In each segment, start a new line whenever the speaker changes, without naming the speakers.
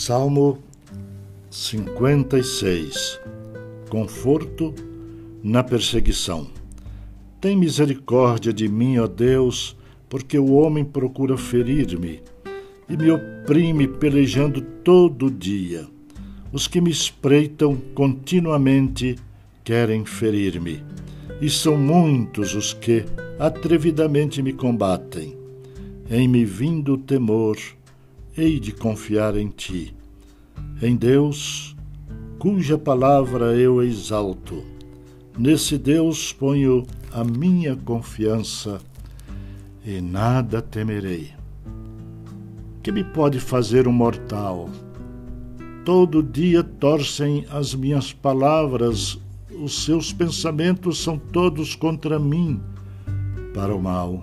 Salmo 56. Conforto na perseguição. Tem misericórdia de mim, ó Deus, porque o homem procura ferir-me e me oprime pelejando todo dia. Os que me espreitam continuamente querem ferir-me, e são muitos os que atrevidamente me combatem. Em me vindo o temor, hei de confiar em ti, em Deus, cuja palavra eu exalto. Nesse Deus ponho a minha confiança e nada temerei. Que me pode fazer um mortal? Todo dia torcem as minhas palavras, os seus pensamentos são todos contra mim, para o mal.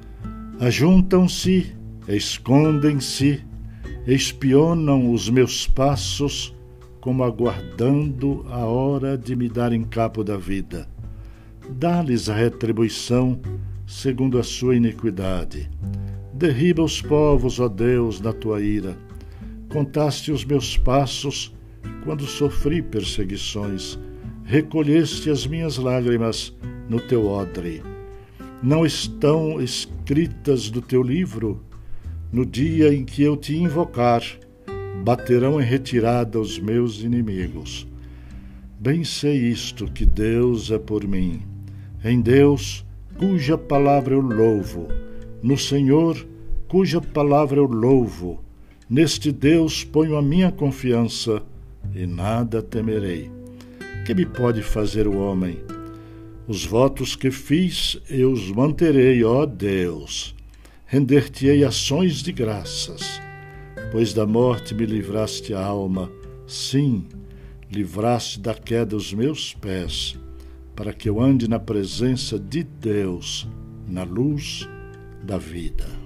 Ajuntam-se, escondem-se, espionam os meus passos, como aguardando a hora de me darem cabo da vida. Dá-lhes a retribuição segundo a sua iniquidade. Derriba os povos, ó Deus, na tua ira. Contaste os meus passos quando sofri perseguições. Recolheste as minhas lágrimas no teu odre. Não estão escritas no teu livro? No dia em que eu te invocar, baterão em retirada os meus inimigos. Bem sei isto, que Deus é por mim. Em Deus, cuja palavra eu louvo. No Senhor, cuja palavra eu louvo. Neste Deus ponho a minha confiança e nada temerei. Que me pode fazer o homem? Os votos que fiz eu os manterei, ó Deus. Render-te-ei ações de graças, pois da morte me livraste a alma. Sim, livraste da queda os meus pés, para que eu ande na presença de Deus, na luz da vida.